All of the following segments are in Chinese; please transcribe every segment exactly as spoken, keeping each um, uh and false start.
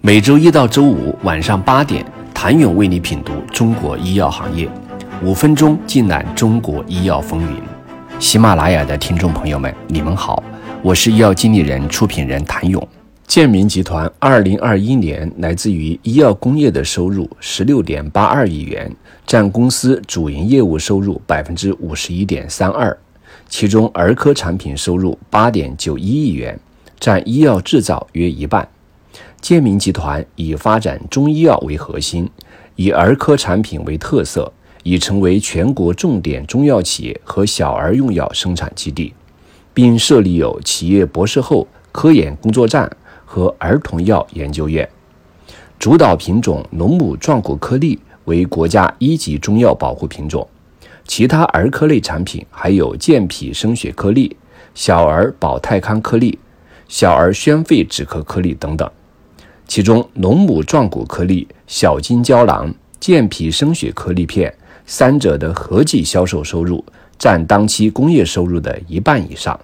每周一到周五晚上八点，谭勇为你品读中国医药行业，五分钟尽览中国医药风云。喜马拉雅的听众朋友们，你们好，我是医药经理人、出品人谭勇。健明集团二零二一年来自于医药工业的收入 十六点八二亿元，占公司主营业务收入 百分之五十一点三二， 其中儿科产品收入 八点九一亿元，占医药制造约一半。健明集团以发展中医药为核心，以儿科产品为特色，已成为全国重点中药企业和小儿用药生产基地，并设立有企业博士后科研工作站和儿童药研究院。主导品种龙母壮骨颗粒为国家一级中药保护品种，其他儿科类产品还有健脾生血颗粒、小儿保泰康颗粒、小儿宣肺止咳颗粒等等。其中龙母壮骨颗粒、小金胶囊、健脾生血颗粒片三者的合计销售收入占当期工业收入的一半以上。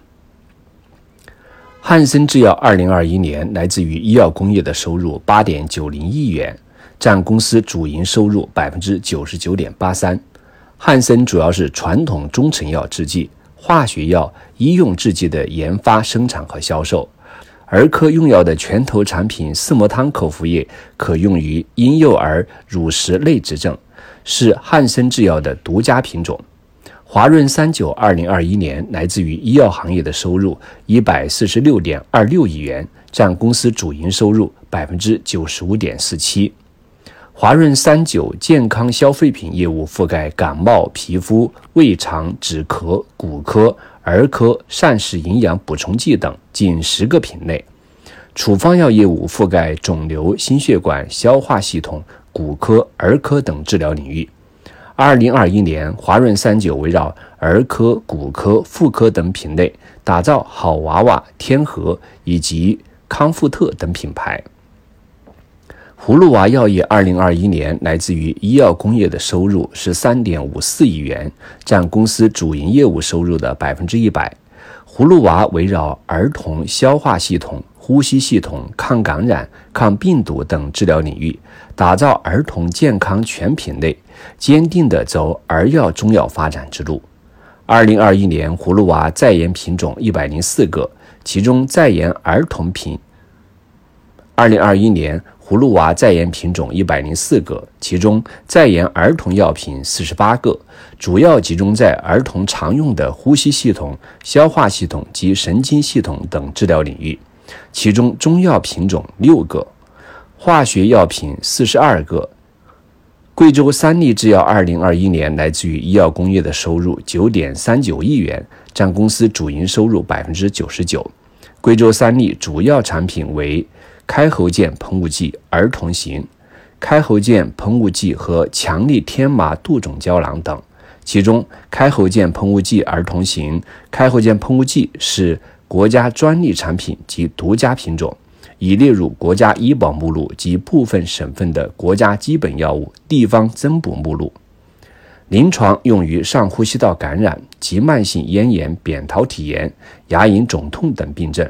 汉森制药二零二一年来自于医药工业的收入 八点九零亿元，占公司主营收入 百分之九十九点八三。汉森主要是传统中成药制剂、化学药、医用制剂的研发、生产和销售。儿科用药的拳头产品四磨汤口服液可用于婴幼儿乳食类质症，是汉森制药的独家品种。华润三九二零二一年来自于医药行业的收入 一百四十六点二六亿元，占公司主营收入 百分之九十五点四七。华润三九健康消费品业务覆盖感冒、皮肤、胃肠、止咳、骨科、儿科、膳食营养补充剂等近十个品类。处方药业务覆盖肿瘤、心血管、消化系统、骨科、儿科等治疗领域。二零二一年，华润三九围绕儿科、骨科、妇科等品类，打造好娃娃、天河以及康复特等品牌。葫芦娃药业二零二一年来自于医药工业的收入 十三点五四亿元，占公司主营业务收入的 百分之百。葫芦娃围绕儿童消化系统、呼吸系统、抗感染、抗病毒等治疗领域，打造儿童健康全品类，坚定地走儿药中药发展之路。二零二一年，葫芦娃在研品种一百零四个，其中在研儿童品二零二一年葫芦娃在研品种一百零四个，其中在研儿童药品四十八个，主要集中在儿童常用的呼吸系统、消化系统及神经系统等治疗领域，其中中药品种六个，化学药品四十二个。贵州三利制药二零二一年来自于医药工业的收入 九点三九亿元，占公司主营收入 百分之九十九。贵州三利主要产品为开喉健喷雾剂儿童型、开喉健喷雾剂和强力天麻杜种胶囊等，其中开喉健喷雾剂儿童型、开喉健喷雾剂是国家专利产品及独家品种，已列入国家医保目录及部分省份的国家基本药物地方增补目录。临床用于上呼吸道感染及慢性咽炎、扁桃体炎、牙龈肿痛等病症。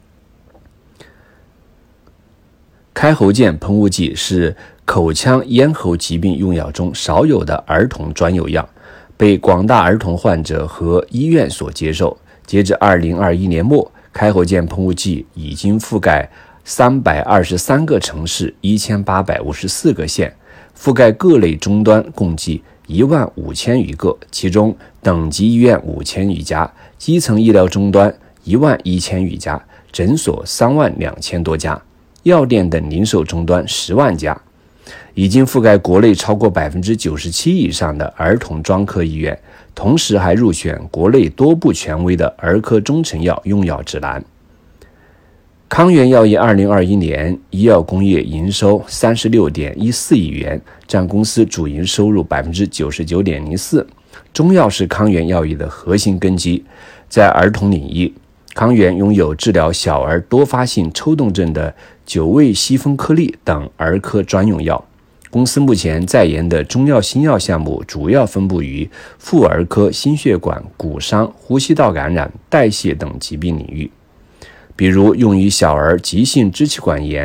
开喉健喷雾剂是口腔咽喉疾病用药中少有的儿童专有药，被广大儿童患者和医院所接受。截至二零二一年末，开喉健喷雾剂已经覆盖三百二十三个城市、一千八百五十四个县，覆盖各类终端共计一万五千余个，其中等级医院五千余家，基层医疗终端一万一千余家，诊所三万两千多家，药店等零售终端十万家，已经覆盖国内超过 百分之九十七 以上的儿童专科医院，同时还入选国内多部权威的儿科中成药用药指南。康源药业二零二一年医药工业营收 三十六点一四亿元，占公司主营收入 百分之九十九点零四。中药是康源药业的核心根基，在儿童领域，康源拥有治疗小儿多发性抽动症的九味西风颗粒等儿科专用药。公司目前在研的中药新药项目主要分布于妇儿科、心血管、骨伤、呼吸道感染、代谢等疾病领域，比如用于小儿急性支气管炎、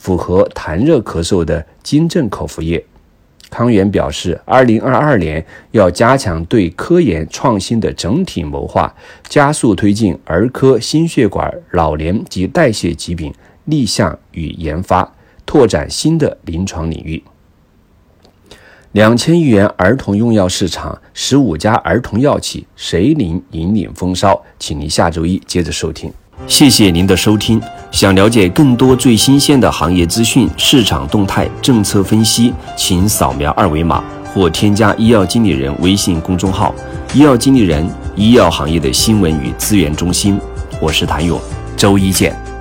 符合痰热咳嗽的金正口服液。康源表示，二零二二年要加强对科研创新的整体谋划，加速推进儿科、心血管、老年及代谢疾病立项与研发，拓展新的临床领域。两千亿元儿童用药市场，十五家儿童药企谁领引领风骚？请您下周一接着收听。谢谢您的收听。想了解更多最新鲜的行业资讯、市场动态、政策分析，请扫描二维码或添加医药经理人微信公众号“医药经理人”，医药行业的新闻与资源中心。我是谭勇，周一见。